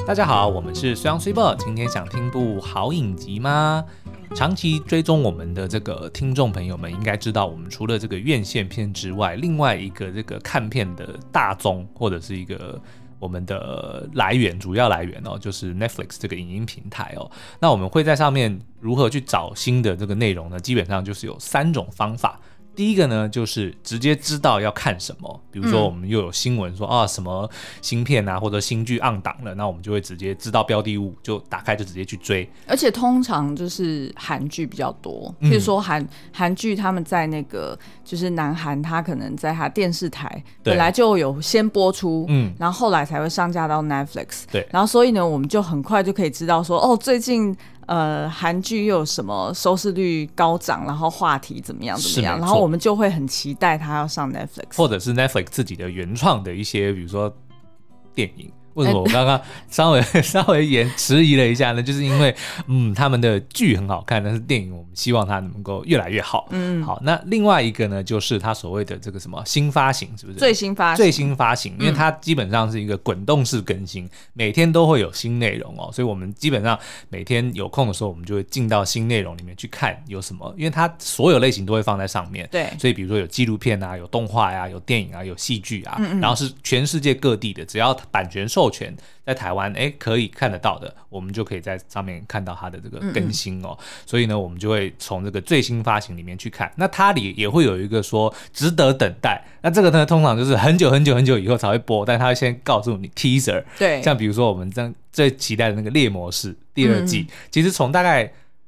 大家好，我们是虽阳虽报，今天想听部好影集吗？长期追踪我们的这个听众朋友们应该知道，我们除了这个院线片之外，另外一个这个看片的大宗或者是一个我们的来源，主要来源哦，就是 Netflix 这个影音平台哦。那我们会在上面如何去找新的这个内容呢？基本上就是有3种方法。第一个呢，就是直接知道要看什么，比如说我们又有新闻说什么新片啊或者新剧on档了，那我们就会直接知道标的物，就打开就直接去追。 而且通常就是韩剧比较多，譬如说韩剧他们在那个就是南韩，他可能在他电视台本来就有先播出，然后后来才会上架到 Netflix， 对，然后所以呢，我们就很快就可以知道说，最近韩剧又有什么收视率高涨，然后话题怎么样，然后我们就会很期待它要上 Netflix， 或者是 Netflix 自己的原创的一些，比如说电影。为什么我刚刚稍微迟疑了一下呢？就是因为他们的剧很好看，但是电影我们希望它能够越来越好。好，那另外一个呢，就是它所谓的这个什么新发行，是不是？最新发行，因为它基本上是一个滚动式更新，每天都会有新内容哦，所以我们基本上每天有空的时候，我们就会进到新内容里面去看有什么，因为它所有类型都会放在上面。对，所以比如说有纪录片啊，有动画啊，有电影啊，有戏剧啊，然后是全世界各地的，只要版权授权在台湾可以看得到的，我们就可以在上面看到它的这个更新哦。所以呢，我们就会从这个最新发行里面去看。那它里也会有一个说值得等待，那这个呢通常就是很久以后才会播，但它会先告诉你 teaser。对，像比如说我们最期待的那个猎魔士第2季，其实从大概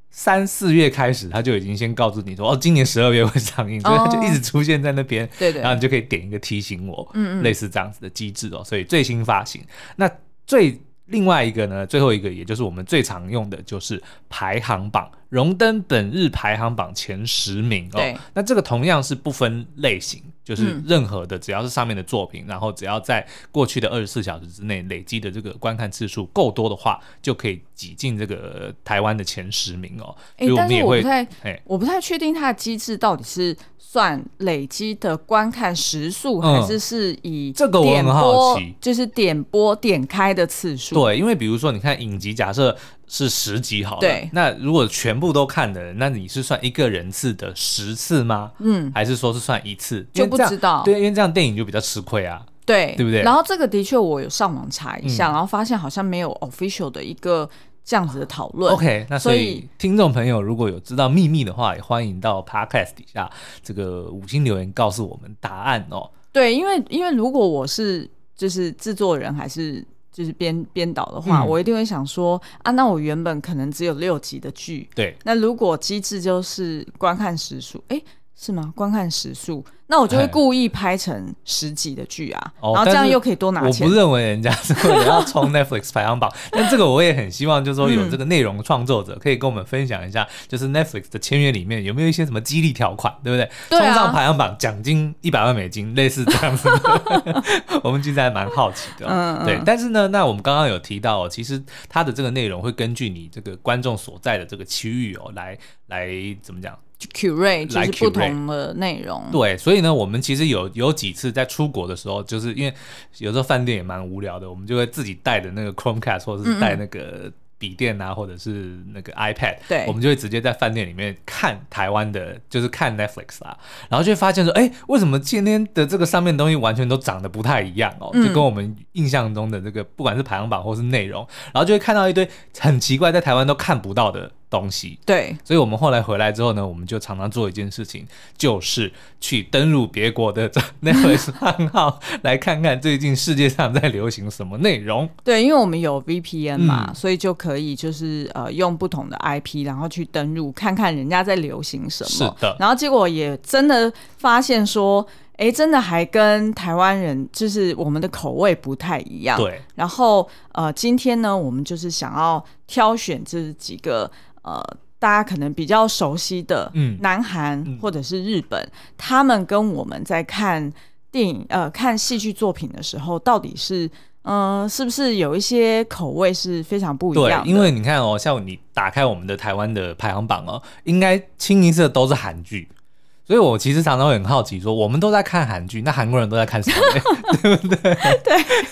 3-4月开始，他就已经先告诉你说，今年12月会上映，所以他就一直出现在那边，对，然后你就可以点一个提醒我，类似这样子的机制哦。所以最新发行，那另外一个呢，最后一个也就是我们最常用的就是排行榜，荣登本日排行榜前10名哦。那这个同样是不分类型，就是任何的只要是上面的作品，然后只要在过去的24小时之内累积的这个观看次数够多的话，就可以挤进这个台湾的前10名哦。所以我们也会， 我不太确定它的机制到底是算累积的观看时数，还是以这个我很好奇， 就是点开的次数。 对，因为比如说你看影集，假设是10集好了，对，那如果全部都看的人，那你是算一个人次的10次吗？还是说是算1次？ 就不知道。 对，因为这样电影就比较吃亏啊。对，对不对？ 然后这个的确我有上网查一下，然后发现好像没有 official 的一个这样子的讨论。 OK， 那所以听众朋友如果有知道秘密的话，也欢迎到 Podcast 底下这个5星留言告诉我们答案哦。 对，因为如果我是就是制作人还是就是编导的话，我一定会想说那我原本可能只有6集的剧，对，那如果机制就是观看时数，是吗？观看时数，那我就会故意拍成10集的剧啊，然后这样又可以多拿钱。 我不认为人家是为了要冲 Netflix 排行榜，但这个我也很希望，就是说有这个内容创作者可以跟我们分享一下，就是 Netflix 的签约里面有没有一些什么激励条款，对不对？冲上排行榜奖金$100万，类似这样子的。我们其实还蛮好奇的，对。但是呢，那我们刚刚有提到其实它的这个内容会根据你这个观众所在的这个区域来怎么讲 ？curate 就是不同的内容。 对，所以呢，我们其实有几次在出国的时候，就是因为有时候饭店也蛮无聊的，我们就会自己带的那个 Chromecast 或者是带那个笔电啊，或者是那个 iPad， 对，我们就会直接在饭店里面看台湾的，就是看 Netflix 啦，然后就会发现说，为什么今天的这个上面的东西完全都长得不太一样哦，就跟我们印象中的这个不管是排行榜或是内容，然后就会看到一堆很奇怪在台湾都看不到的东西。对，所以我们后来回来之后呢，我们就常常做一件事情，就是去登录别国的Netflix 账号来看看最近世界上在流行什么内容。 对，因为我们有 VPN 嘛，所以就可以就是用不同的 IP 然后去登录看看人家在流行什么。是的，然后结果也真的发现说真的还跟台湾人就是我们的口味不太一样。对，然后今天呢，我们就是想要挑选这几个大家可能比较熟悉的南韩或者是日本，他们跟我们在看电影看戏剧作品的时候，到底是是不是有一些口味是非常不一样的？ 对，因为你看像你打开我们的台湾的排行榜应该清一色都是韩剧。所以我其实常常会很好奇说，我们都在看韩剧，那韩国人都在看什么？对不对？对。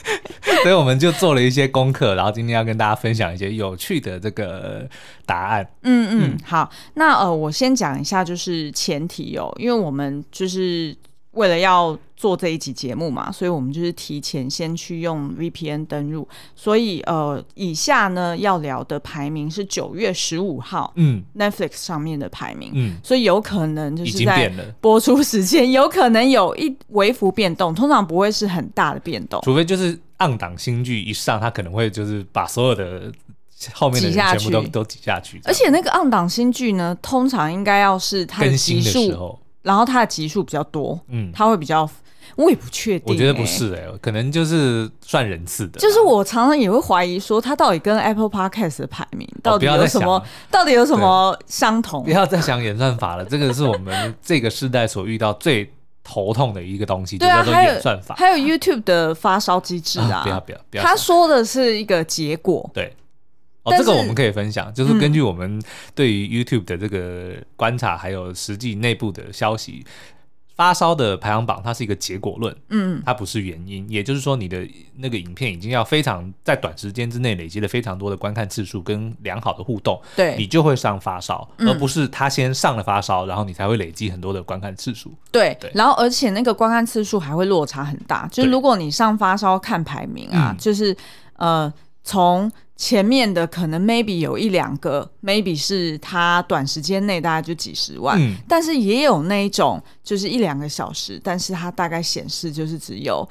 所以我们就做了一些功课，然后今天要跟大家分享一些有趣的这个答案。 好，那我先讲一下就是前提哦，因为我们就是为了要做这一集节目嘛，所以我们就是提前先去用 VPN 登入，所以以下呢要聊的排名是9月15号Netflix 上面的排名，所以有可能就是在播出时间有可能有一微幅变动，通常不会是很大的变动， 除非就是on档新剧一上，它可能会就是把所有的后面的人全部都挤下去， 而且那个on档新剧呢，通常应该要是它的集数，然后它的集数比较多，它会比较，我也不确定， 我觉得不是可能就是算人次的， 就是我常常也会怀疑说，它到底跟 Apple Podcast 的排名到底有什么，到底有什么相同？ 不要再想演算法了，这个是我们这个世代所遇到最头痛的一个东西，就叫做演算法。 还有 YouTube 的发烧机制啊， 不要， 他说的是一个结果， 对。这个我们可以分享，就是根据我们对于 YouTube 的这个观察，还有实际内部的消息，发烧的排行榜它是一个结果论，它不是原因。也就是说，你的那个影片已经要非常在短时间之内累积了非常多的观看次数跟良好的互动， 对， 你就会上发烧，而不是他先上了发烧，然后你才会累积很多的观看次数。 对，然后而且那个观看次数还会落差很大，就是如果你上发烧看排名啊，就是从前面的可能 maybe 有1-2个 maybe 是他短时间内大概就几十万，但是也有那一种就是1-2个小时，但是他大概显示就是只有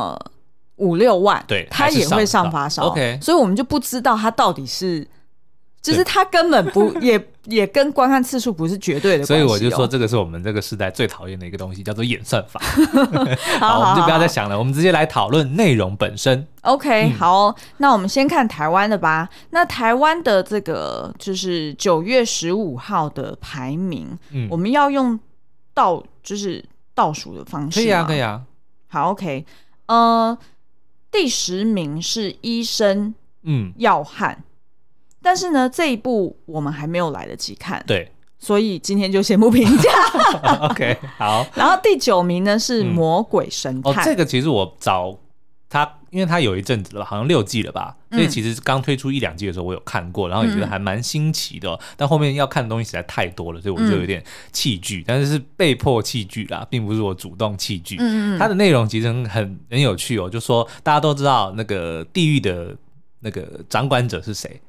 5-6万， 对， 他也会上发烧， OK， 所以我们就不知道他到底是就是他根本不也跟观看次数不是绝对的关系， 所以我就说这个是我们这个时代最讨厌的一个东西，叫做演算法。好，我们就不要再想了，我们直接来讨论内容本身。 OK， 好，那我们先看台湾的吧。那台湾的这个就是9月15号的排名，我们要用就是倒数的方式吗？ 可以啊，可以啊。 好 ，OK， 第10名是医生要汉。但是呢，这一部我们还没有来得及看， 对， 所以今天就先不评价。 OK， 好。 然后第9名呢是《魔鬼神探》 这个其实我找他，因为他有一阵子了，好像6季了吧，所以其实刚推出1-2季的时候我有看过，然后也觉得还蛮新奇的，但后面要看的东西实在太多了，所以我就有点弃剧，但是被迫弃剧啦，并不是我主动弃剧。它的内容其实很有趣就说大家都知道那个地狱的那个掌管者是谁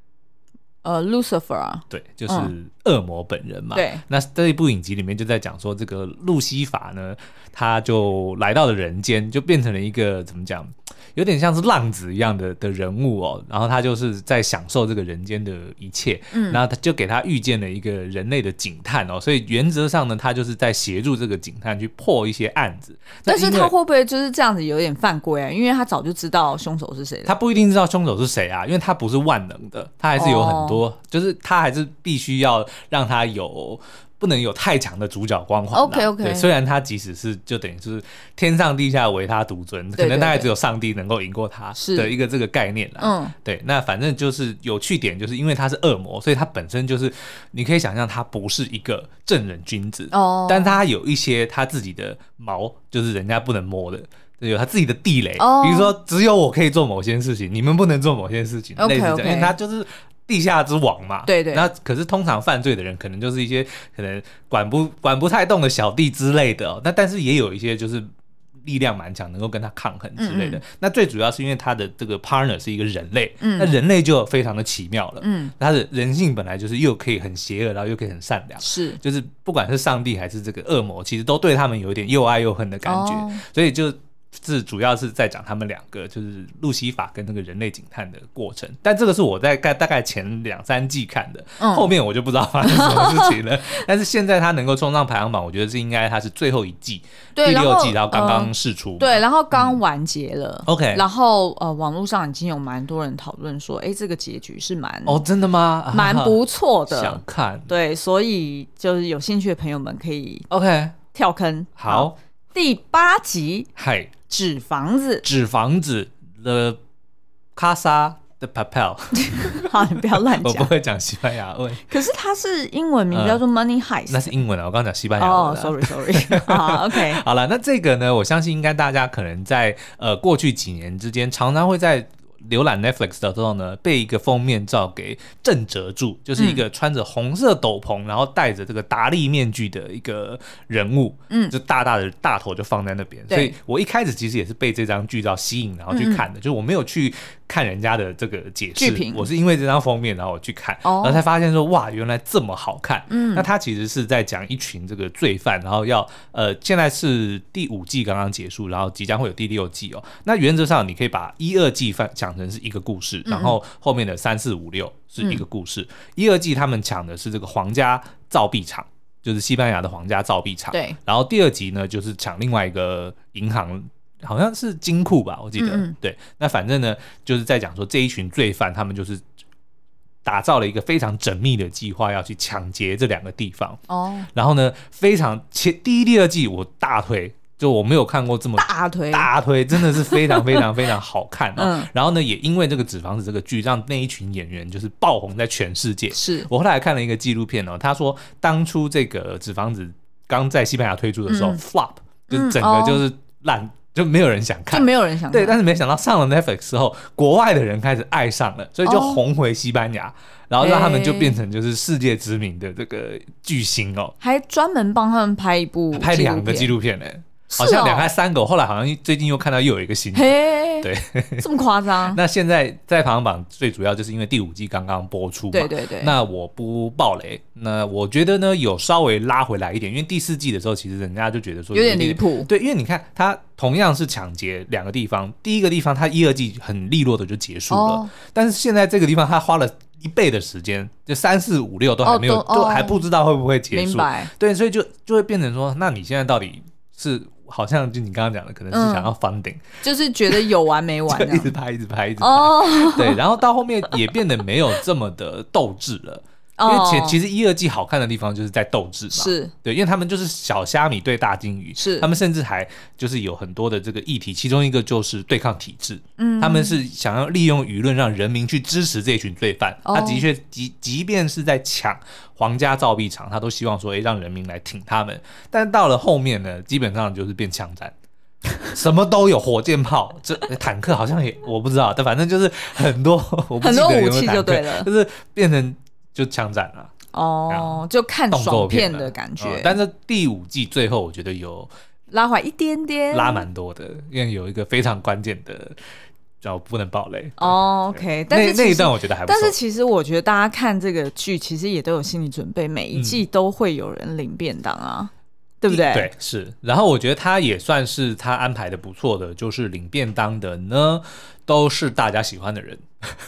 ？Lucifer 啊， 对，就是恶魔本人嘛。 对， 那这一部影集里面就在讲说，这个路西法呢，他就来到了人间，就变成了一个怎么讲，有点像是浪子一样的人物然后他就是在享受这个人间的一切，然后他就给他遇见了一个人类的警探所以原则上呢，他就是在协助这个警探去破一些案子。 但是他会不会就是这样子有点犯规啊？因为他早就知道凶手是谁了。 他不一定知道凶手是谁啊，因为他不是万能的，他还是有很多，就是他还是必须要让他不能有太强的主角光环。 OK， 对，虽然他即使是就等于是天上地下唯他独尊，可能大概只有上帝能够赢过他的一个这个概念啦。对，那反正就是有趣点，就是因为他是恶魔，所以他本身就是你可以想象他不是一个正人君子，但他有一些他自己的毛，就是人家不能摸的。有他自己的地雷，比如说只有我可以做某些事情，你们不能做某些事情，类似这样，因为他就是地下之王嘛。 对对。 那可是通常犯罪的人可能就是一些可能管不太动的小弟之类的那但是也有一些就是力量蛮强，能够跟他抗衡之类的。那最主要是因为他的这个 partner 是一个人类，那人类就非常的奇妙了。他的人性本来就是又可以很邪恶，然后又可以很善良， 是就是不管是上帝还是这个恶魔，其实都对他们有一点又爱又恨的感觉，所以就是主要是在讲他们两个，就是路西法跟那个人类警探的过程。但这个是我在大概前2-3季看的，后面我就不知道发生什么事情了。但是现在他能够冲上排行榜，我觉得是应该他是最后一季，第6季，然后刚刚释出， 对，然后刚完结了。 OK， 然后网络上已经有蛮多人讨论说，这个结局是真的吗？ 蛮不错的， 想看。对， 所以就是有兴趣的朋友们可以 OK 跳坑。 好， 第8集， 嗨。 纸房子 The Casa The Papel 好，你不要乱讲， 我不会讲西班牙文。 可是它是英文名叫做 Money Heist， 那是英文啊，我刚刚讲西班牙文哦，sorry 好 OK 好了，那这个呢，我相信应该大家可能在过去几年之间常常会在浏览 Netflix 的时候呢，被一个封面照给震慑住，就是一个穿着红色斗篷，然后戴着这个达利面具的一个人物，就大大的大头就放在那边，所以我一开始其实也是被这张剧照吸引，然后去看的，就是我没有去看人家的这个解释，我是因为这张封面然后我去看，然后才发现说哇，原来这么好看。那它其实是在讲一群这个罪犯，然后要现在是第5季刚刚结束，然后即将会有第6季哦。那原则上你可以把1、2季讲成是一个故事，然后后面的3、4、5、6是一个故事。1、2季他们抢的是这个皇家造币厂，就是西班牙的皇家造币厂。 对。 然后第2集呢，就是抢另外一个银行，好像是金库吧，我记得。对。那反正呢，就是在讲说这一群罪犯，他们就是打造了一个非常缜密的计划，要去抢劫这2个地方。然后呢，非常第1、第2季我大推。就我没有看过这么大推，真的是非常非常非常好看然后呢，也因为这个纸房子这个剧，让那一群演员就是爆红在全世界。 是我后来看了一个纪录片他说当初这个纸房子刚在西班牙推出的时候，flop 就是整个就是烂。就没有人想看，对，但是没想到上了 Netflix 之后，国外的人开始爱上了，所以就红回西班牙，然后让他们就变成就是世界知名的这个巨星还专门帮他们拍2 个纪录片好像2还3个，后来好像最近又看到又有一个新的，对， 这么夸张？ 那现在在排行榜最主要就是因为第5季刚刚播出嘛， 对。 那我不爆雷，那我觉得呢有稍微拉回来一点，因为第4季的时候其实人家就觉得说有点离谱， 对，因为你看它同样是抢劫2个地方，第一个地方它1、2季很利落的就结束了，但是现在这个地方它花了1倍的时间，就3、4、5、6都还没有，都还不知道会不会结束， 明白？ 对，所以就会变成说，那你现在到底是？好像就你刚刚讲的，可能是想要 funding， 就是觉得有完没完， 就一直拍对，然后到后面也变得没有这么的斗志了。因为其实1、2季好看的地方就是在斗志嘛， 是对，因为他们就是小虾米对大鲸鱼， 是他们甚至还就是有很多的这个议题，其中一个就是对抗体制，他们是想要利用舆论让人民去支持这群罪犯，他的确即便是在抢皇家造币厂，他都希望说让人民来挺他们，但到了后面呢，基本上就是变枪战。什么都有，火箭炮，这坦克好像也我不知道，但反正就是很多我不记得有没有很多武器就对了， 就是变成就枪战了。 就看爽片的感觉。 但是第5季最后我觉得有拉回一点点， 拉蛮多的，因为有一个非常关键的，叫不能爆雷。 OK， 但是那一段我觉得还不错。 但是其实我觉得大家看这个剧，其实也都有心理准备，每一季都会有人领便当啊。对不对？ 对，是。然后我觉得他也算是他安排的不错的，就是领便当的呢，都是大家喜欢的人。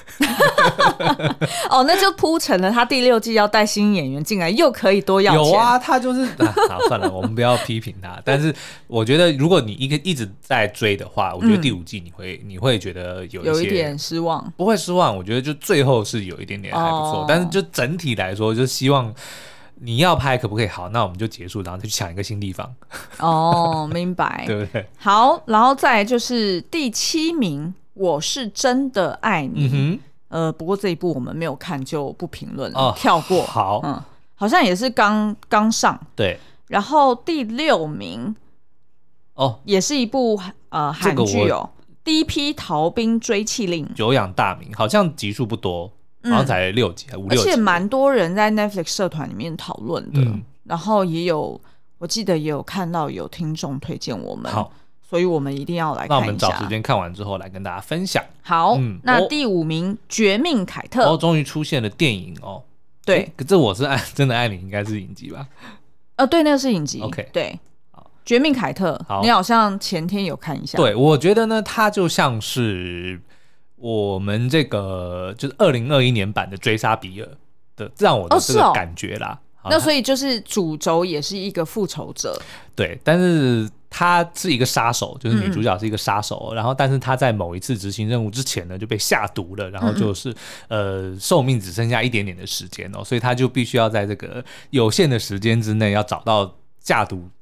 那就铺成了他第6季要带新演员进来，又可以多要钱。 有啊，他就是好算了，我们不要批评他。但是我觉得，如果你一直在追的话，我觉得第5季你会觉得有一点失望， 不会失望。我觉得就最后是有一点点还不错，但是就整体来说，就希望。你要拍可不可以？好，那我们就结束，然后就去抢一个新地方。 明白， 对不对？ 好，然后再来就是第7名，我是真的爱你。不过这一部我们没有看，就不评论了，跳过。 好， 好像也是刚上。 对。 然后第6名，也是一部韩剧第一批逃兵追缉令， 久仰大名，好像集数不多。好像才6集，5、6集， 而且蛮多人在 Netflix 社团里面讨论的，然后也有，我记得也有看到有听众推荐我们， 好， 所以我们一定要来看一下。 那我们找时间看完之后来跟大家分享。 好，那第5名《绝命凯特》 终于出现了电影对， 可这我是真的爱你，应该是影集吧？ 对，那个是影集。 OK， 对。绝命凯特，你好像前天有看一下。 对，我觉得呢，它就像是。我们这个就是2021年版的追杀比尔的，让我的这个感觉啦。 那所以就是主轴也是一个复仇者， 对，但是他是一个杀手，就是女主角是一个杀手，然后但是他在某一次执行任务之前呢就被下毒了，然后就是寿命只剩下一点点的时间所以他就必须要在这个有限的时间之内要找到下毒就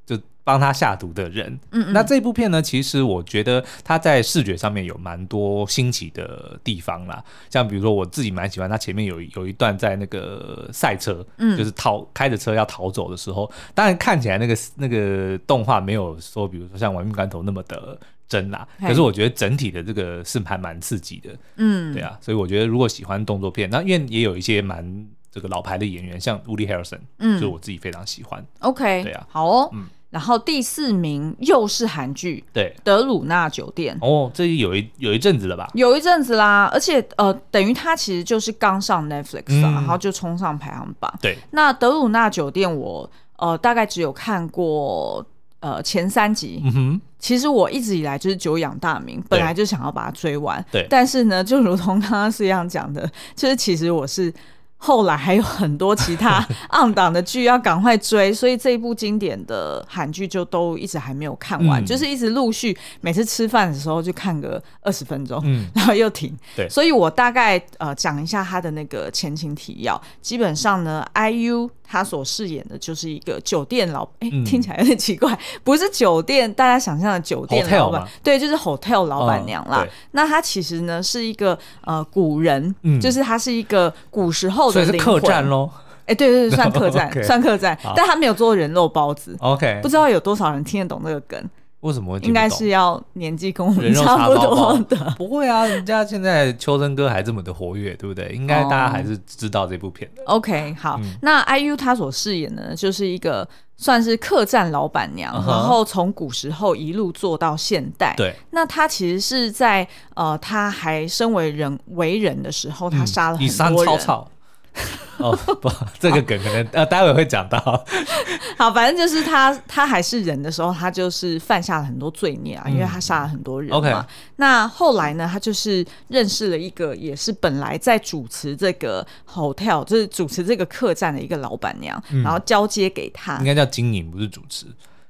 帮他下毒的人。那这部片呢，其实我觉得他在视觉上面有蛮多新奇的地方啦，像比如说我自己蛮喜欢他前面有一段在那个赛车，就是开着车要逃走的时候，当然看起来那个动画没有说比如说像《玩命关头》那么的真啦，可是我觉得整体的这个是还蛮刺激的。对啊，所以我觉得如果喜欢动作片，那因为也有一些蛮这个老牌的演员，像 Woody Harrelson，就是我自己非常喜欢。 OK， 对啊，好哦。然后第4名又是韩剧， 对， 德鲁纳酒店。 这有一阵子了吧？ 有一阵子啦，而且等于它其实就是刚上 Netflix 然后就冲上排行榜。 对， 那德鲁纳酒店我大概只有看过前3集。其实我一直以来就是久仰大名，本来就想要把它追完。对，但是呢，就如同刚刚是一样讲的，就是其实我是。后来还有很多其他on档的剧要赶快追，所以这一部经典的韩剧就都一直还没有看完，就是一直陆续每次吃饭的时候就看个20分钟，然后又停。对，所以我大概讲一下他的那个前情提要。基本上呢 ，IU 他所饰演的就是一个酒店听起来有点奇怪，不是酒店大家想象的酒店老板，对，就是 hotel 老板娘啦。那他其实呢是一个古人，就是他是一个古时候。 所以是客栈咯。 对，算客栈算客栈，但他没有做人肉包子。 OK， 不知道有多少人听得懂这个梗。 为什么会听不懂？ 应该是要年纪跟我们差不多的。 不会啊，人家现在秋生哥还这么的活跃，对不对？应该大家还是知道这部片的。 OK， 好，那 IU 他所饰演的就是一个算是客栈老板娘，然后从古时候一路做到现代。对，那他其实是在他还身为人的时候，他杀了很多人。 不，这个梗可能待会会讲到。 好，反正就是他还是人的时候，他就是犯下了很多罪孽啊，因为他杀了很多人嘛。Okay. 那后来呢，他就是认识了一个也是本来在主持这个 hotel， 就是主持这个客栈的一个老板娘，然后交接给他。 应该叫经营，不是主持。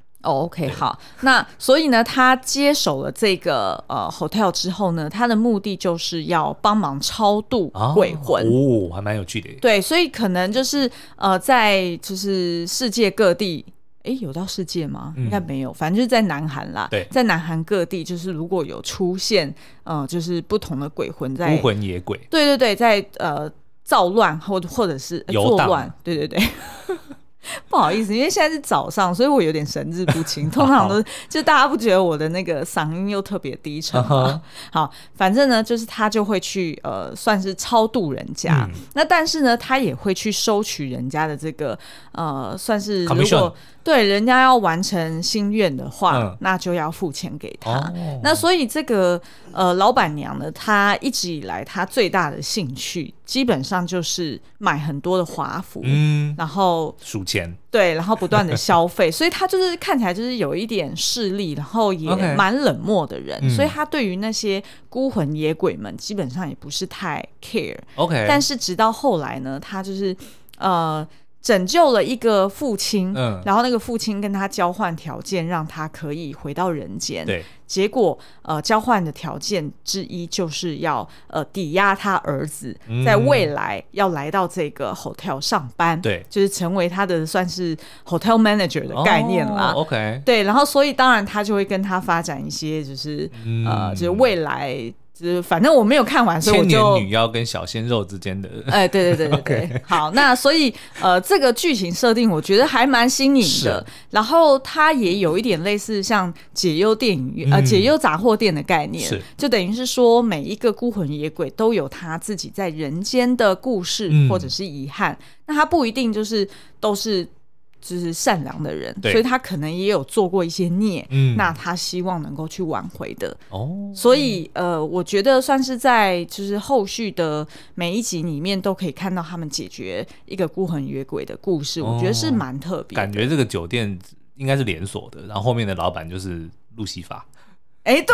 OK， 好，那所以呢，他接手了这个hotel 之后呢，他的目的就是要帮忙超度鬼魂。 还蛮有趣的。 对，所以可能就是在就是世界各地。有到世界吗？应该没有，反正就是在南韩啦。对，在南韩各地，就是如果有出现就是不同的鬼魂在孤魂野鬼， 对，在造乱或者是作乱，对。不好意思，因为现在是早上，所以我有点神志不清。通常都就大家不觉得我的那个嗓音又特别低沉吗？好，反正呢，就是他就会去算是超度人家。那但是呢，他也会去收取人家的这个算是如果对人家要完成心愿的话，那就要付钱给他。那所以这个老板娘呢，她一直以来她最大的兴趣基本上就是买很多的华服，然后数钱， 对，然后不断的消费，所以她就是看起来就是有一点势利，然后也蛮冷漠的人，所以她对于那些孤魂野鬼们基本上也不是太 care。但是直到后来呢，她就是拯救了一个父亲，然后那个父亲跟他交换条件，让他可以回到人间。对，结果交换的条件之一就是要抵押他儿子在未来要来到这个 hotel 上班，对，就是成为他的算是 hotel manager 的概念啦。OK， 对，然后所以当然他就会跟他发展一些就是就是未来。反正我没有看完，所以我就千年女妖跟小鲜肉之间的对okay. 好，那所以这个剧情设定我觉得还蛮新颖的，然后它也有一点类似像解忧电影院解忧杂货店的概念，就等于是说每一个孤魂野鬼都有他自己在人间的故事或者是遗憾，那他不一定就是都是就是善良的人，所以他可能也有做过一些孽，那他希望能够去挽回的。所以我觉得算是在就是后续的每一集里面都可以看到他们解决一个孤魂野鬼的故事，我觉得是蛮特别的。 感觉这个酒店应该是连锁的，然后后面的老板就是路西法。 对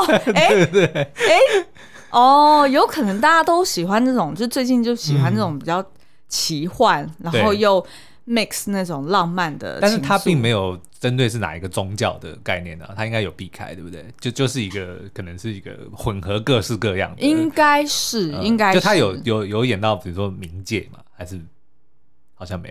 有可能大家都喜欢这种，就最近就喜欢这种比较奇幻，然后又mix 那种浪漫的， 但是他并没有针对是哪一个宗教的概念啊，他应该有避开，对不对？就是一个可能是一个混合各式各样的， 应该是， 就他有演到比如说冥界嘛，还是好像没有。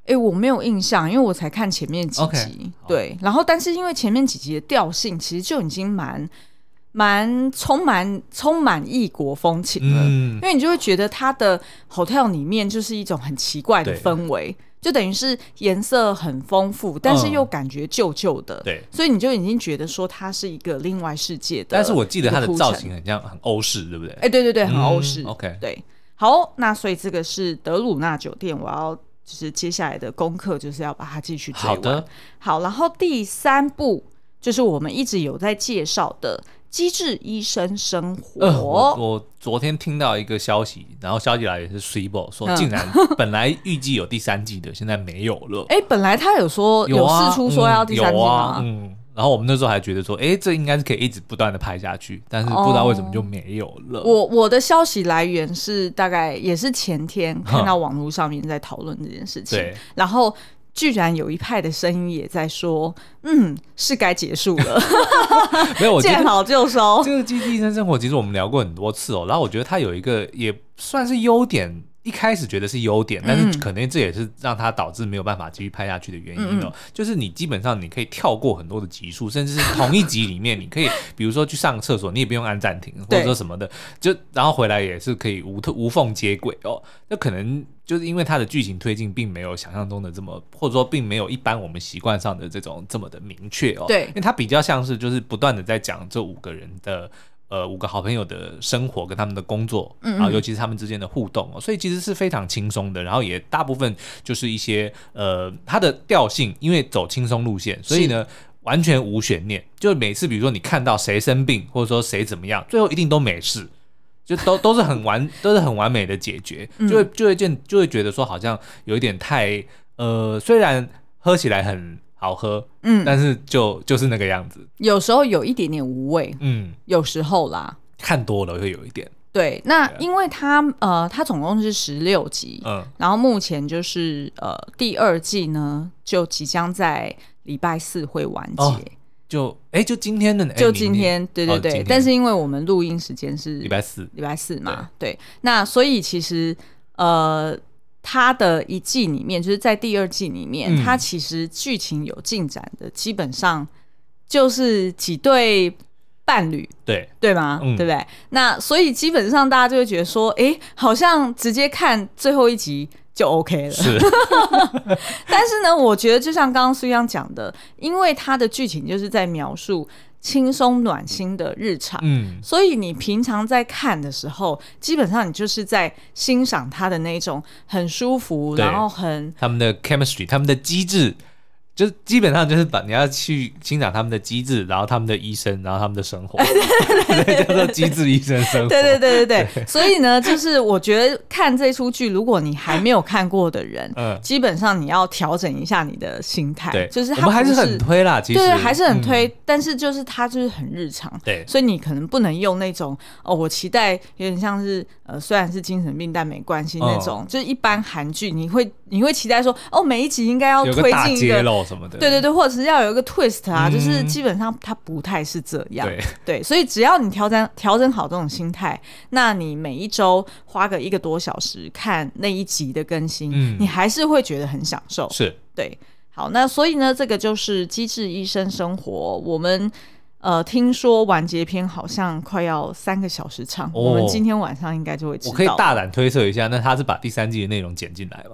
我没有印象，因为我才看前面几集。 Okay, 对，然后但是因为前面几集的调性其实就已经蛮充满异国风情了，因为你就会觉得它的 hotel 里面就是一种很奇怪的氛围，就等于是颜色很丰富，但是又感觉旧旧的， 对， 所以你就已经觉得说它是一个另外世界的。 但是我记得它的造型很像很欧式，对不对？ 对对对，很欧式。 OK， 对，好，那所以这个是德鲁纳酒店，我要就是接下来的功课就是要把它继续追完。 好的， 好，然后第三部就是我们一直有在介绍的机智医生生活。 我昨天听到一个消息，然后消息来也是 Swibo 说，竟然本来预计有第三季的，现在没有了。 本来他有说有释出说要第三季吗？ 然后我们那时候还觉得说，这应该是可以一直不断的拍下去，但是不知道为什么就没有了。 我的消息来源是大概也是前天看到网络上面在讨论这件事情， 对， 然后居然有一派的声音也在说，是该结束了， 没有，我觉得见好就收。 这个机智医生生活其实我们聊过很多次然后我觉得它有一个也算是优点。一开始觉得是优点，但是可能这也是让它导致没有办法继续拍下去的原因就是你基本上你可以跳过很多的集数，甚至是同一集里面你可以比如说去上厕所你也不用按暂停或者说什么的，就然后回来也是可以无缝接轨那可能就是因为它的剧情推进并没有想象中的这么，或者说并没有一般我们习惯上的这种这么的明确对， 因为它比较像是就是不断的在讲这5个人的5个好朋友的生活跟他们的工作，然后尤其是他们之间的互动所以其实是非常轻松的，然后也大部分就是一些它的调性因为走轻松路线，所以呢完全无悬念，就每次比如说你看到谁生病或者说谁怎么样，最后一定都没事，就都是很完美的解决，就会觉得说好像有一点太虽然喝起来很好喝，但是就是那个样子， 有时候有一点点无味，有时候啦， 看多了会有一点。 对，那因为它总共是16集，然后目前就是第2季呢就即将在礼拜4会完结， 就今天的就今天，对对对，但是因为我们录音时间是礼拜4 嘛，对，那所以其实它的一季里面，就是在第2季里面，它其实剧情有进展的，基本上就是几对伴侣，对吗？对不对？那所以基本上大家就会觉得说，好像直接看最后一集就 OK 了。 是， 但是呢，我觉得就像刚刚苏央讲的，因为它的剧情就是在描述轻松暖心的日常，所以你平常在看的时候，基本上你就是在欣赏他的那种很舒服，然后他们的 chemistry， 他们的机制，就基本上就是你要去欣赏他们的机制，然后他们的医生，然后他们的生活，对，叫做机智医生生活。 对，所以呢，就是我觉得看这出剧，如果你还没有看过的人，基本上你要调整一下你的心态。 对， 就是我们还是很推啦，其实对，还是很推，但是就是它就是很日常， 对， 所以你可能不能用那种我期待有点像是虽然是精神病但没关系那种，就是一般韩剧你会期待说每一集应该要推进一个什么的， 对，或者是要有一个 twist 就是基本上它不太是这样，对，所以只要你调整好这种心态，那你每一周花个1个多小时看那一集的更新，你还是会觉得很享受， 是， 对。好，那所以呢，这个就是机智医生生活，我们听说完结篇好像快要3个小时长，我们今天晚上应该就会知道。 我可以大胆推测一下，那他是把第3季的内容剪进来吧？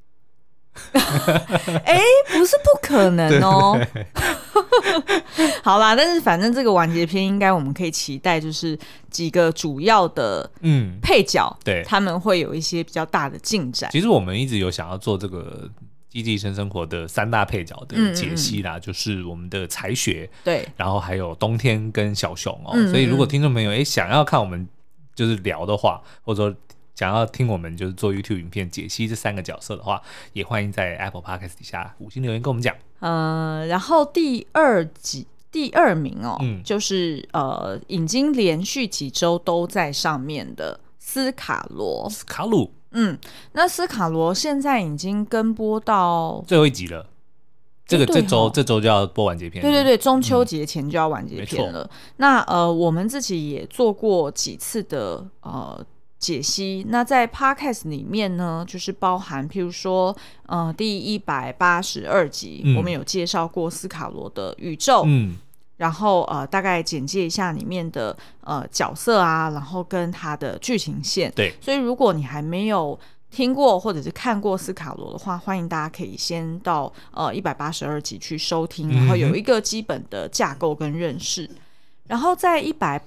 不是不可能哦。好啦，但是反正这个完结篇应该我们可以期待，就是几个主要的配角， 对， 他们会有一些比较大的进展。 其实我们一直有想要做这个机智医生生活的3大配角的解析啦，就是我们的才学， 对， 然后还有冬天跟小熊所以如果听众朋友想要看我们就是聊的话，或者说想要听我们就是做 YouTube 影片解析这3个角色的话，也欢迎在 Apple Podcast 底下5星留言跟我们讲。 然后第2名就是已经连续几周都在上面的斯卡罗。那斯卡罗现在已经跟播到最后一集了。这周就要播完结篇了， 对，中秋节前就要完结篇了。那我们自己也做过几次的解析。那在 Podcast 里面呢，就是包含譬如说第182集、我们有介绍过斯卡罗的宇宙，然后大概简介一下里面的角色啊，然后跟他的剧情线。 对， 所以如果你还没有听过或者是看过斯卡罗的话，欢迎大家可以先到182集去收听，然后有一个基本的架构跟认识。然后在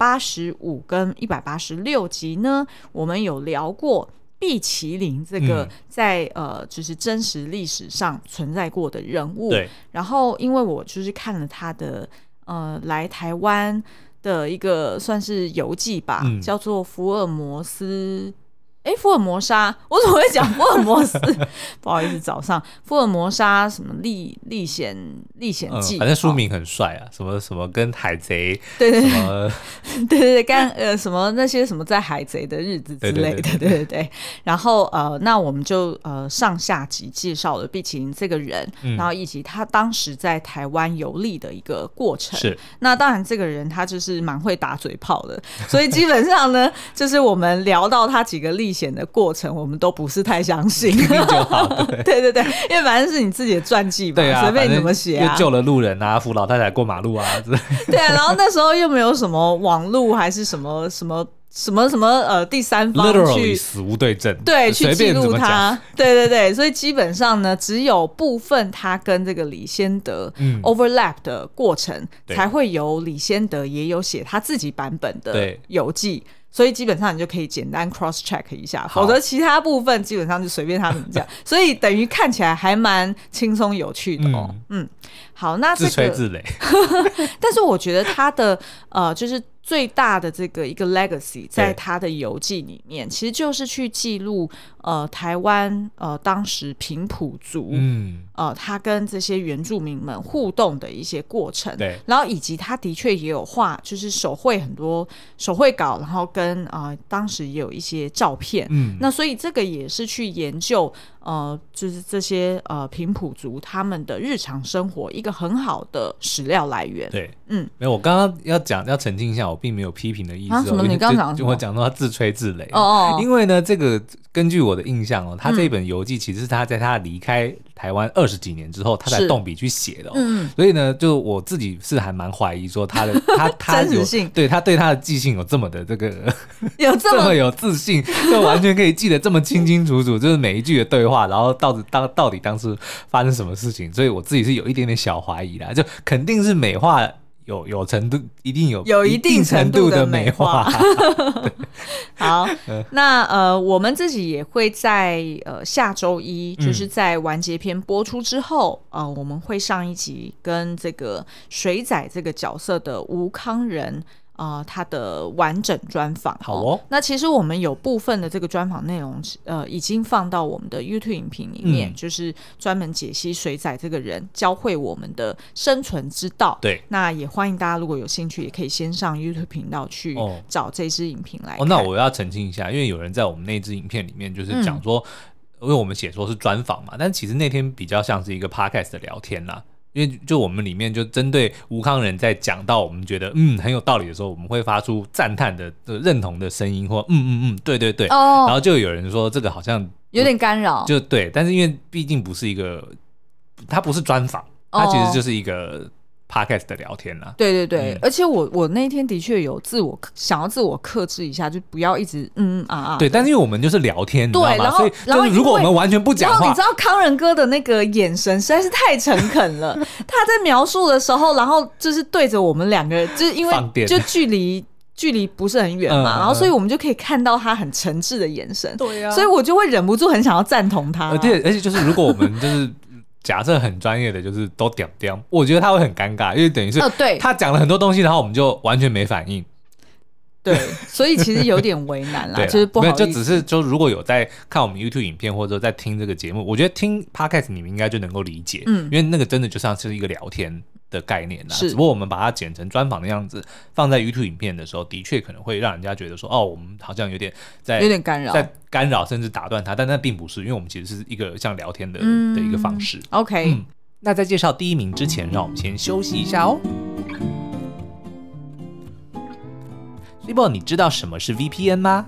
185跟186集呢，我们有聊过毕麒麟这个在就是真实历史上存在过的人物。 对， 然后因为我就是看了他的来台湾的一个算是游记吧，叫做福尔摩斯。福尔摩沙，我怎么会讲福尔摩斯？不好意思，早上福尔摩沙什么历险记， 反正书名很帅啊，什么什么跟海贼， 对对什么对什么那些什么在海贼的日子之类的，对。然后那我们就上下集介绍了毕麒麟这个人，然后以及他当时在台湾游历的一个过程。 是， 那当然这个人他就是蛮会打嘴炮的，所以基本上呢，就是我们聊到他几个历险的过程，我们都不是太相信， 就好。 对，因为反正是你自己的传记嘛， 对啊， 随便你怎么写啊， 又救了路人啊，扶老太太过马路啊， 对啊，然后那时候又没有什么网路，还是什么第三方去 literally 死无对证， 对，去记录他，对，所以基本上呢，只有部分他跟这个李仙得overlap 的过程，才会有李仙得也有写他自己版本的游记。所以基本上你就可以简单 cross check 一下，否则其他部分基本上就随便他怎么讲，所以等于看起来还蛮轻松有趣的哦。好，那这个自吹自擂， 但是我觉得他的就是最大的这个一个 legacy 在他的游记里面，其实就是去记录台湾当时平埔族他跟这些原住民们互动的一些过程，对，然后以及他的确也有画，就是手绘很多手绘稿，然后跟当时也有一些照片，那所以这个也是去研究就是这些平埔族他们的日常生活一个很好的史料来源。 对，没有，我刚刚要澄清一下，我并没有批评的意思。 什么？你刚刚讲我讲到他自吹自擂因为呢，这个根据我的印象他这一本游记其实是他在他离开台湾20几年之后，他才动笔去写的所以呢，就我自己是还蛮怀疑说他的他真实性， 对他对他的记性有这么的这个有这么有自信，就完全可以记得这么清清楚楚，就是每一句的对话，然后到底当时发生什么事情，所以我自己是有一点点小怀疑啦，就肯定是美化。有程度，一定有一定程度的美化。好，那我们自己也会在下周一，就是在完结篇播出之后，我们会上一集跟这个水仔这个角色的吴康仁。他的完整专访。 好哦， 那其实我们有部分的这个专访内容已经放到我们的 YouTube 影评里面，就是专门解析水仔这个人，教会我们的生存之道。 对， 那也欢迎大家如果有兴趣，也可以先上 YouTube 频道去找这支影评来看。 那我要澄清一下，因为有人在我们那支影片里面就是讲说，因为我们写说是专访嘛，但其实那天比较像是一个 podcast 的聊天啦。因为就我们里面就针对吴康仁在讲到我们觉得很有道理的时候，我们会发出赞叹的认同的声音，或对对对，然后就有人说这个好像有点干扰， 就对，但是因为毕竟不是一个，它不是专访，它其实就是一个podcast 的聊天啦。 对对对，而且我那天的确有想要自我克制一下，就不要一直对，但是因为我们就是聊天， 对， 然后就是如果我们完全不讲话， 你知道康仁哥的那个眼神实在是太诚恳了。他在描述的时候，然后就是对着我们两个人，就是因为就距离不是很远嘛，然后所以我们就可以看到他很诚挚的眼神。对啊，所以我就会忍不住很想要赞同他。 而且就是如果我们就是假设很专业的，就是都点点，我觉得他会很尴尬，因为等于是他讲了很多东西，然后我们就完全没反应。 对，所以其实有点为难啦，就是不好意思。 就只是如果有在看我们 YouTube 影片或者在听这个节目，我觉得听 Podcast 你们应该就能够理解，因为那个真的就像是一个聊天的概念啦。只不过我们把它剪成专访的样子，放在 YouTube 影片的时候，的确可能会让人家觉得说，我们好像有点干扰，甚至打断他，但那并不是，因为我们其实是一个像聊天的一个方式。 OK， 那在介绍第一名之前，让我们先休息一下哦。Libo， 你知道什么是 VPN 吗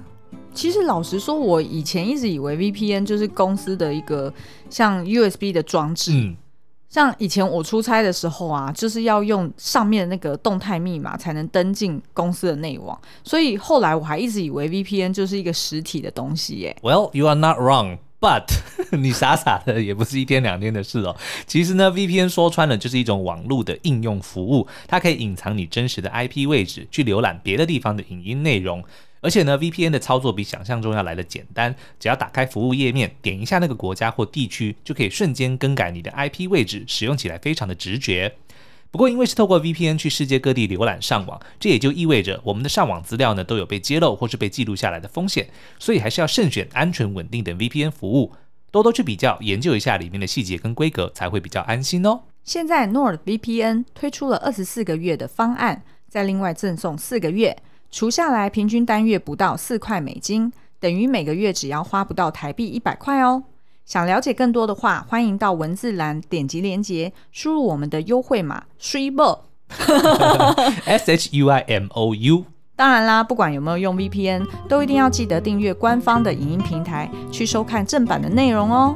其实老实说，我以前一直以为 VPN 就是公司的一个像 USB 的装置。像以前我出差的时候啊，就是要用上面的那个动态密码才能登进公司的内网，所以后来我还一直以为 VPN 就是一个实体的东西耶。 Well, you are not wrong, but 你傻傻的也不是一天两天的事哦。其实呢 VPN 说穿了就是一种网络的应用服务，它可以隐藏你真实的 IP 位置，去浏览别的地方的影音内容。而且呢 VPN 的操作比想象中要来的简单，只要打开服务页面，点一下那个国家或地区，就可以瞬间更改你的 IP 位置，使用起来非常的直觉。不过因为是透过 VPN 去世界各地浏览上网，这也就意味着我们的上网资料呢都有被揭露或是被记录下来的风险，所以还是要慎选安全稳定的 VPN 服务，多多去比较研究一下里面的细节跟规格，才会比较安心哦。 现在 NordVPN 推出了24个月的方案，再另外赠送4个月，除下来平均单月不到4块美金，等于每个月只要花不到台币100块哦。想了解更多的话，欢迎到文字栏点击连结，输入我们的优惠码 SHUIMO SHUIMOU。 当然啦，不管有没有用 VPN， 都一定要记得订阅官方的影音平台，去收看正版的内容哦。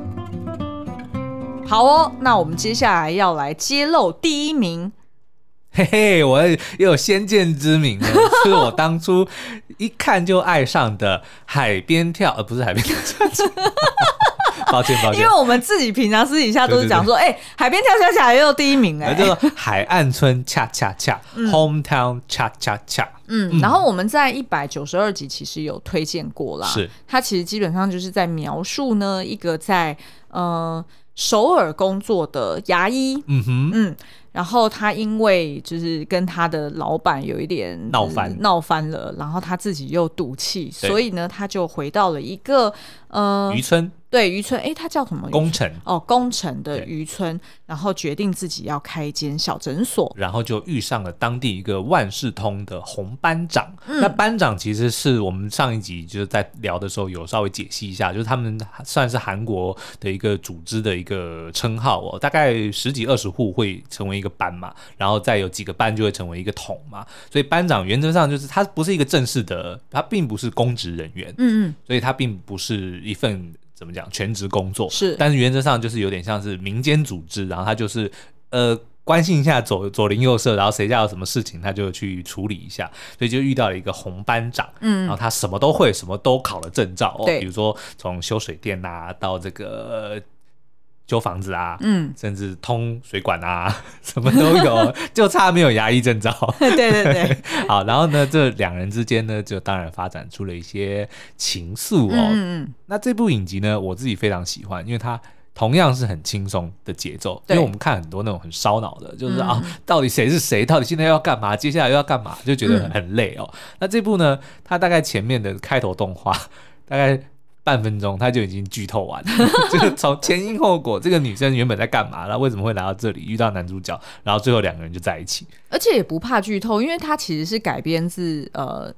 好哦，那我们接下来要来揭露第1名。 嘿嘿，我也有先见之明呢，是我当初一看就爱上的海边跳，不是海边跳，抱歉， 因为我们自己平常私底下都是讲说，海边跳恰恰也有第1名叫做海岸村恰恰恰，Hometown 恰恰恰。 然后我们在192集其实有推荐过啦， 是它其实基本上就是在描述呢一个在首尔工作的牙医，然后他因为就是跟他的老板有一点闹翻了，然后他自己又赌气，所以呢他就回到了一个渔村。 对，渔村，他叫什么？ 工程工程的渔村，然后决定自己要开一间小诊所， 然后就遇上了当地一个万事通的洪班长。那班长其实是我们上一集就是在聊的时候有稍微解析一下，就是他们算是韩国的一个组织的一个称号哦，大概10几20户会成为一个班嘛，然后再有几个班就会成为一个统嘛，所以班长原则上就是他不是一个正式的，他并不是公职人员，所以他并不是一份怎么讲全职工作，但是原则上就是有点像是民间组织，然后他就是关心一下左邻右舍，然后谁家有什么事情他就去处理一下，所以就遇到了一个洪班长，然后他什么都会，什么都考了证照哦，比如说从修水电啊到这个修房子啊，甚至通水管啊，什么都有，就差没有牙医证照。 对好，然后呢，这两人之间呢，就当然发展出了一些情愫哦。那这部影集呢，我自己非常喜欢，因为它同样是很轻松的节奏，因为我们看很多那种很烧脑的，就是到底谁是谁，到底现在要干嘛，接下来又要干嘛，就觉得很累哦。那这部呢，它大概前面的开头动画大概半分钟他就已经剧透完了就是从前因后果，这个女生原本在干嘛，然后为什么会来到这里遇到男主角，然后最后2个人就在一起， 而且也不怕剧透，因为它其实是改编自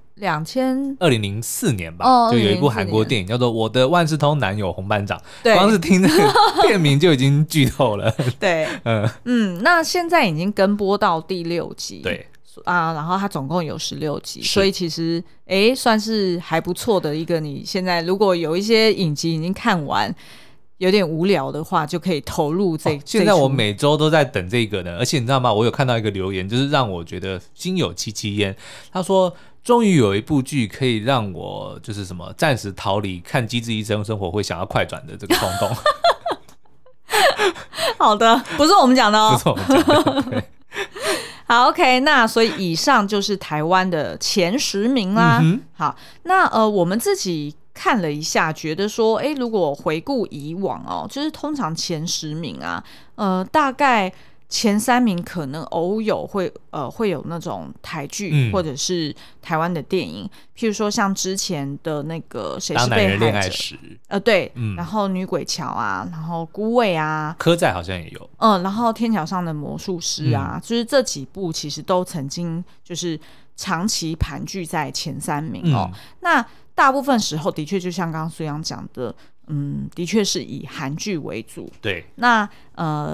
2004年吧，就有一部韩国电影叫做《我的万事通男友洪班长》，光是听这个片名就已经剧透了对那现在已经跟播到第6集， 对然后它总共有16集，所以其实算是还不错的一个，你现在如果有一些影集已经看完有点无聊的话，就可以投入现在我每周都在等这个呢，而且你知道吗，我有看到一个留言，就是让我觉得心有戚戚焉，他说终于有一部剧可以让我就是什么暂时逃离看机智医生生活会想要快转的这个冲动好的，不是我们讲的哦， 不是我们讲的对好 OK， 那所以以上就是台湾的前10名啦。好，那我们自己看了一下，觉得说如果回顾以往就是通常前10名啊大概前3名可能偶有会有那种台剧或者是台湾的电影，譬如说像之前的那个谁是被害者，当男人恋爱时对然后女鬼桥啊，然后孤味啊， 柯在好像也有然后天桥上的魔术师啊就是这几部其实都曾经就是长期盘踞在前3名那大部分时候的确就像刚刚苏阳讲的的确是以韩剧为主， 对， 那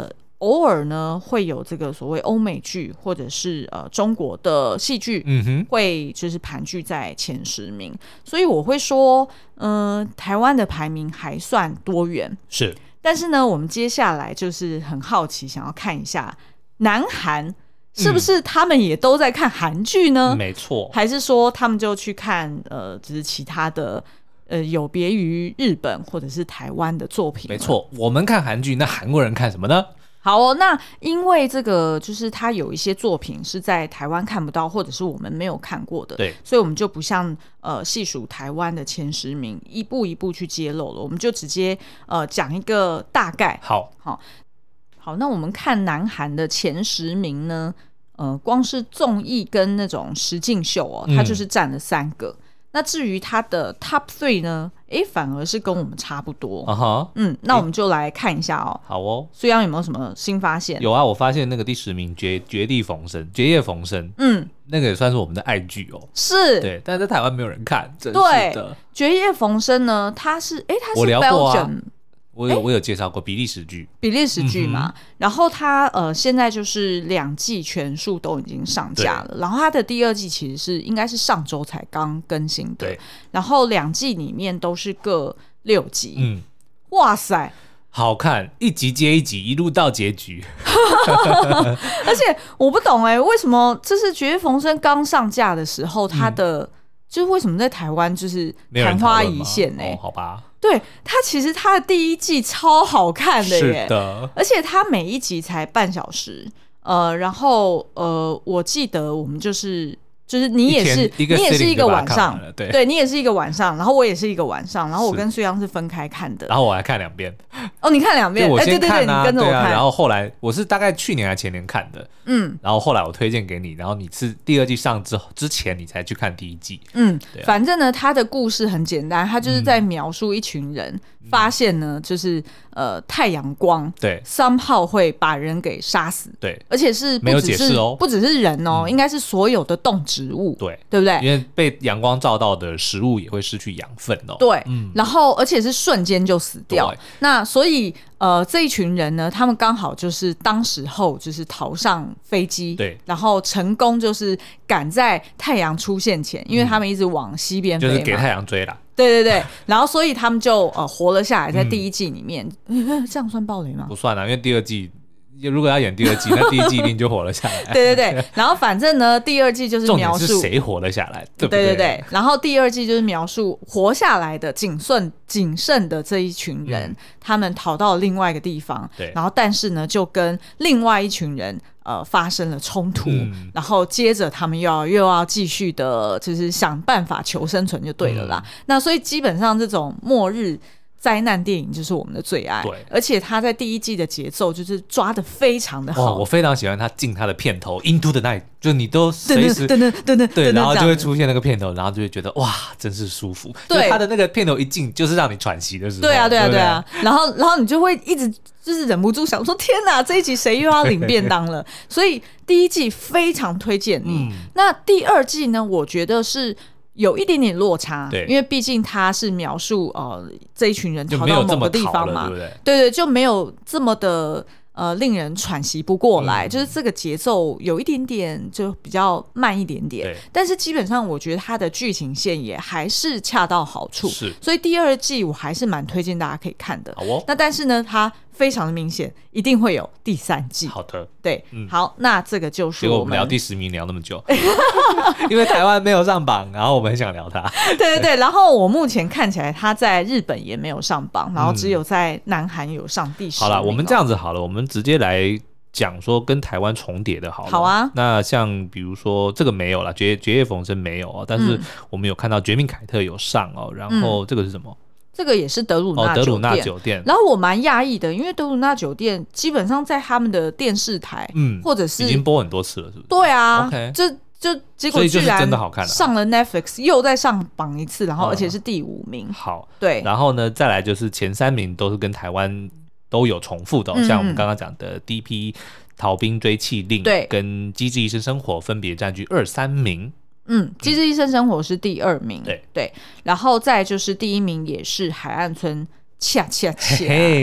偶尔呢会有这个所谓欧美剧或者是中国的戏剧，会就是盘踞在前10名，所以我会说，台湾的排名还算多元， 是。 但是呢，我们接下来就是很好奇，想要看一下南韩是不是他们也都在看韩剧呢？ 没错， 还是说他们就去看只是其他的有别于日本或者是台湾的作品？ 没错，我们看韩剧，那韩国人看什么呢？ 好哦，那因为这个就是他有一些作品是在台湾看不到，或者是我们没有看过的， 对， 所以我们就不像细数台湾的前10名，一步一步去揭露了，我们就直接讲一个大概。 好， 那我们看南韩的前10名呢，光是综艺跟那种实境秀哦，它就是占了3个。那至于它的 Top 3呢，反而是跟我们差不多。那我们就来看一下哦。 好哦， 苏央有没有什么新发现？ 有啊，我发现那个第10名绝地逢生，绝夜逢生，那个也算是我们的爱剧哦。 是， 对，但是在台湾没有人看，真是的。 绝夜逢生呢，它是我聊过啊。 Belgium， 我有介绍过比利时剧嘛，然后它现在就是2季全数都已经上架了，然后它的第2季其实应该是上周才刚更新的， 对， 然后2季里面都是各6集，哇塞， 好看，一集接一集，一路到结局。 而且我不懂为什么这是绝夜逢生刚上架的时候，它的就是为什么在台湾就是昙花一现好吧。 对，它其实它的第1季超好看的耶， 是的， 而且它每一集才半小时，然后我记得我们就是你也是一个晚上，对你也是一个晚上，然后我也是一个晚上，然后我跟苏央是分开看的， 然后我还看2遍。 哦，你看2遍？ 我先看啊， 对，你跟着我看。 然后后来我是大概去年还前年看的，然后后来我推荐给你，然后你是第2季上之前你才去看第1季， 反正呢，他的故事很简单，他就是在描述一群人发现呢，就是太阳光对 somehow 会把人给杀死， 对， 而且是没有解释哦， 不只是人哦，应该是所有的动植物，对不对？ 因为被阳光照到的食物也会失去养分哦， 对，然后而且是瞬间就死掉，那所以这一群人呢，他们刚好就是当时候就是逃上飞机， 对， 然后成功就是赶在太阳出现前，因为他们一直往西边飞嘛， 就是给太阳追啦。 对，然后所以他们就活了下来，在第1季里面，这样算暴雷吗？ 不算啊，因为第2季如果要演第2季，那第1季一定就活了下来。 对，然后反正呢，第2季就是描述重点是谁活了下来，对不对？ 对，然后第2季就是描述活下来的谨慎的这一群人，他们逃到另外一个地方，然后但是呢，就跟另外一群人发生了冲突，然后接着他们又要继续的，就是想办法求生存就对了啦。那所以基本上这种末日灾难电影就是我们的最爱， 对， 而且他在第1季的节奏就是抓得非常的好， 我非常喜欢他进他的片头 Into the Night， 就是你都随时对，然后就会出现那个片头，然后就会觉得哇，真是舒服。对，他的那个片头一进就是让你喘息的时候， 对啊，然后你就会一直就是忍不住想说，天哪，这一集谁又要领便当了？所以第1季非常推荐你。那第2季呢？我觉得是有一点点落差，对，因为毕竟他是描述这一群人逃到某个地方嘛，对，就没有这么的令人喘息不过来，就是这个节奏有一点点就比较慢一点点，但是基本上我觉得它的剧情线也还是恰到好处，所以第2季我还是蛮推荐大家可以看的。那但是呢，它非常的明显，一定会有第3季。 好的， 对，好，那这个就是结果我们聊第10名聊那么久，因为台湾没有上榜，然后我们很想聊它。 对，然后我目前看起来它在日本也没有上榜，然后只有在南韩有上第10名。 好了，我们这样子好了，我们直接来讲说跟台湾重叠的好了。 好啊， 那像比如说这个没有了，绝夜逢生没有哦，但是我们有看到绝命凯特有上哦，然后这个是什么？ 这个也是德鲁纳酒店，然后我蛮讶异的，因为德鲁纳酒店基本上在他们的电视台，或者是已经播很多次了，是不是？ 对啊， okay. 就结果居然上了 Netflix， 又再上榜一次，然后而且是第5名。 好， 对， 然后呢，再来就是前3名都是跟台湾都有重复的，像我们刚刚讲的 DP 逃兵追缉令，对，跟机智医生生活分别占据2、3名。 机智医生生活是第2名， 对， 然后再就是第1名也是海岸村恰恰，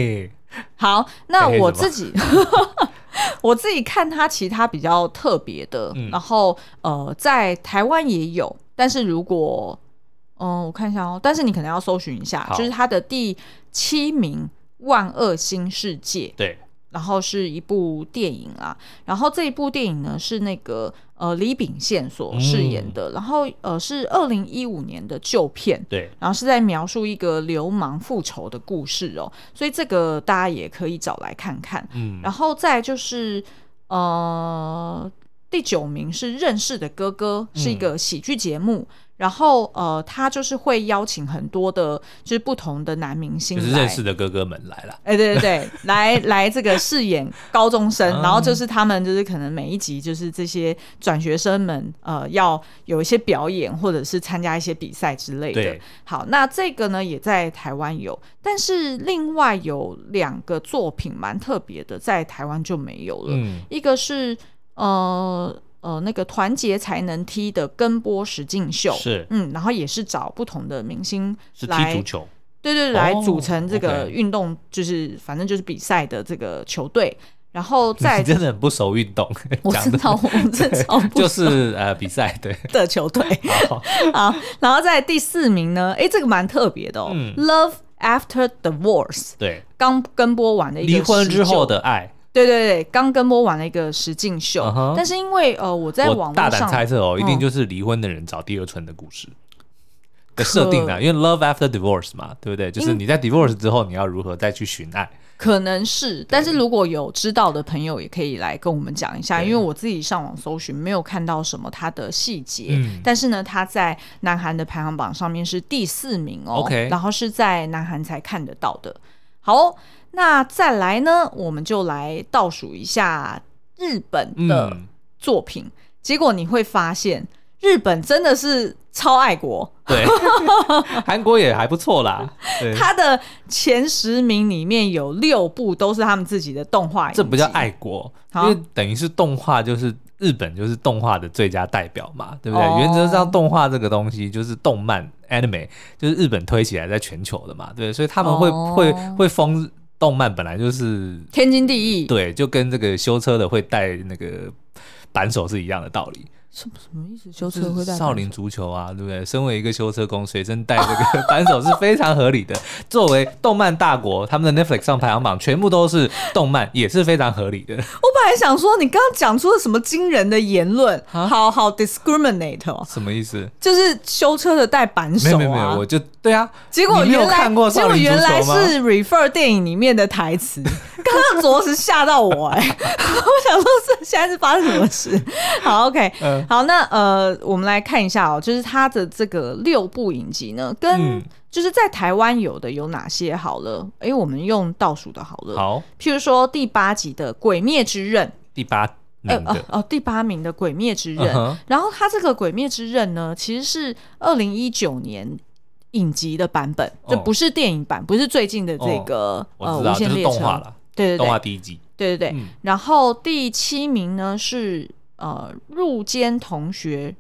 好，那我自己我自己看它其他比较特别的，然后在台湾也有，但是如果我看一下但是你可能要搜寻一下，就是它的第7名《万恶新世界》， 对， 然后是一部电影啊，然后这一部电影呢是那个李秉宪所饰演的，然后是2015年的旧片， 对， 然后是在描述一个流氓复仇的故事所以这个大家也可以找来看看。然后再就是第9名是认识的哥哥，是一个喜剧节目。然后他就是会邀请很多的就是不同的男明星来， 就是认识的哥哥们来了， 对对对来这个饰演高中生然后就是他们就是可能每一集就是这些转学生们要有一些表演或者是参加一些比赛之类的。好，那这个呢也在台湾有，但是另外有2个作品蛮特别的，在台湾就没有了。一个是那个团结才能踢的跟播实境秀， 是然后也是找不同的明星来，是踢足球， 对对，来组成这个运动，就是反正就是比赛的这个球队。然后你真的很不熟运动， 我知道，我真的超不熟就是比赛对的球队。好，然后在第4名呢，这个蛮特别的Love After Divorce， 对， 刚跟播完的一个离婚之后的爱。 对对对，刚跟播完了一个实境秀，但是因为我在网络上， 我大胆猜测一定就是离婚的人找第2春的故事的设定因为 Love After Divorce 嘛，对不对？就是你在 Divorce 之后，你要如何再去寻爱？ 可能是，但是如果有知道的朋友，也可以来跟我们讲一下，因为我自己上网搜寻没有看到什么它的细节，但是呢，它在南韩的排行榜上面是第4名然后是在南韩才看得到的。好那再来呢，我们就来倒数一下日本的作品，结果你会发现日本真的是超爱国， 对，韩国也还不错啦。 他的前10名里面有6部都是他们自己的动画影集， 这不叫爱国，因为等于是动画就是日本就是动画的最佳代表嘛，对不对？原则上动画这个东西就是动漫 anime， 就是日本推起来在全球的嘛，对，所以他们会封动漫本来就是天经地义， 对，就跟这个修车的会带那个扳手是一样的道理。 什么意思？修车会带少林足球啊，对不对？身为一个修车工，随身带这个扳手是非常合理的。作为动漫大国，他们的 Netflix 上排行榜全部都是动漫，也是非常合理的。我本来想说，你刚刚讲出了什么惊人的言论，好 discriminate 什么意思？ 就是修车的带扳手没有，我就对啊。 结果原来是 refer 电影里面的台词，刚刚着实吓到我我想说现在是发生什么事？好 OK。好，那我们来看一下就是他的这个6部影集呢，跟就是在台湾有的有哪些好了？我们用倒数的好了。 好， 譬如说第8集的《鬼灭之刃》， 第8名的第8名的《鬼灭之刃》然后他这个《鬼灭之刃》呢，其实是2019年影集的版本，就不是电影版，不是最近的这个无限列车， 就是动画啦， 对对对， 动画第1季， 对对对。然后第7名呢是入间同学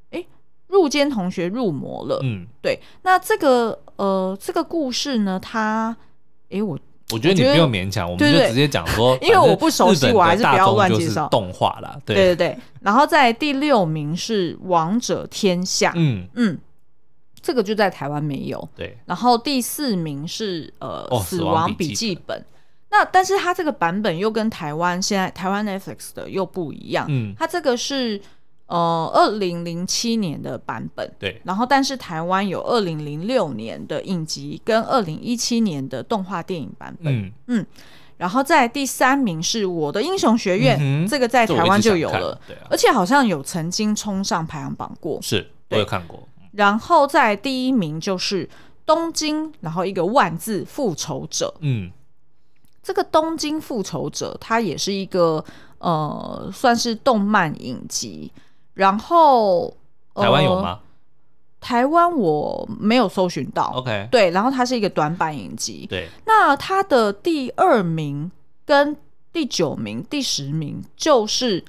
入魔了，对。那这个故事呢，它我觉得你不用勉强，我们就直接讲说， 因为我不熟悉，我还是不要乱介绍动画啦。对对对。然后在第6名是王者天下，这个就在台湾没有。 对。 然后第4名是死亡笔记本。那但是它这个版本又跟台湾现在台湾 Netflix 的又不一样，它这个是2007年的版本， 对， 然后但是台湾有2006年的影集跟2017年的动画电影版本，然后在第3名是我的英雄学院，这个在台湾就有了，而且好像有曾经冲上排行榜过， 是我有看过。 然后在第1名就是东京，然后一个万字复仇者，这个东京复仇者它也是一个算是动漫影集，然后台湾有吗？ 台湾我没有搜寻到 OK， 对，然后它是一个短版影集， 对。 那它的第2名跟第9名第10名就是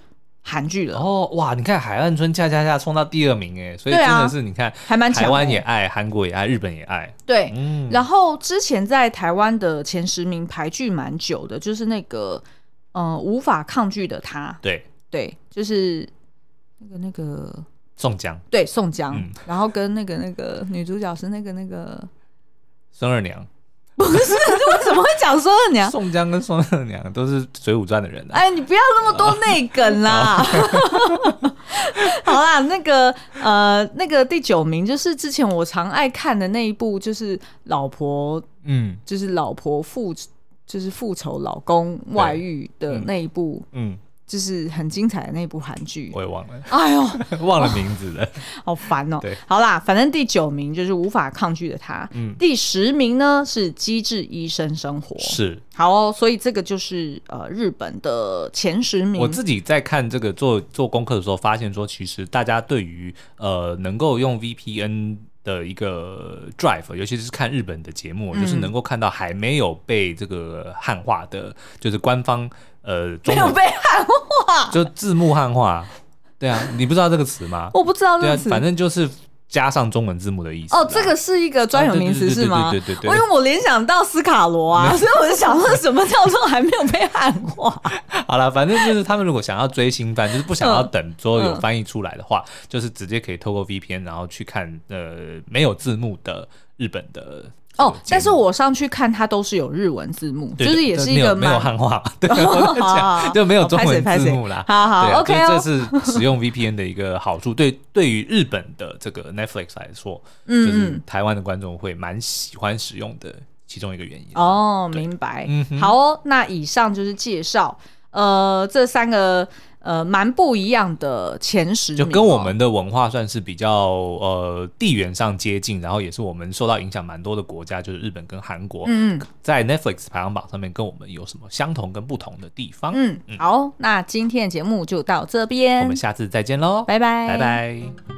韩剧了。 哦，哇，你看《海岸村恰恰恰》冲到第2名哎，所以真的是你看， 还蛮强的。 台湾也爱，韩国也爱，日本也爱。 对，然后之前在台湾的前10名排剧蛮久的，就是那个无法抗拒的他。对，就是那个宋江。 对，宋江，然后跟那个女主角是那个孙二娘。 不是，我怎么会讲孙二娘？ 宋江跟孙二娘都是《水浒传》的人啊。 哎，你不要那么多内梗啦。好啦，那个第9名就是之前我常爱看的那一部，就是老婆，就是老婆就是复仇老公外遇的那一部，就是很精彩的那部韩剧， 我也忘了， 哎呦， 忘了名字了， 好烦哦。 对， 好啦，反正第9名就是无法抗拒的他，第10名呢是机智医生生活， 是好哦，所以这个就是日本的前10名。 我自己在看这个做功课的时候，发现说，其实大家对于能够用 VPN 的一个 drive， 尤其是看日本的节目，就是能够看到还没有被这个汉化的，就是官方中文没有被汉化， 就字幕汉化。对啊，你不知道这个词吗？ 我不知道这个词， 反正就是加上中文字幕的意思。 哦，这个是一个专有名词是吗？ 对。 因为我联想到斯卡罗啊，所以我就想说什么叫做还没有被汉化。 好了，反正就是他们如果想要追新番，就是不想要等说有翻译出来的话，就是直接可以透过 VPN， 然后去看没有字幕的日本的。 哦，但是我上去看它都是有日文字幕，就是也是一个没有汉化，对，我在讲就没有中文字幕啦。 好 ，OK， 这是使用 VPN 的一个好处。对于日本的这个 Netflix 来说，就是台湾的观众会蛮喜欢使用的其中一个原因。 哦，明白。好哦，那以上就是介绍这3个。蛮不一样的前10名， 就跟我们的文化算是比较地缘上接近，然后也是我们受到影响蛮多的国家，就是日本跟韩国。在 Netflix 排行榜上面跟我们有什么相同跟不同的地方？ 好，那今天的节目就到这边， 我们下次再见喽， 拜拜， 拜拜。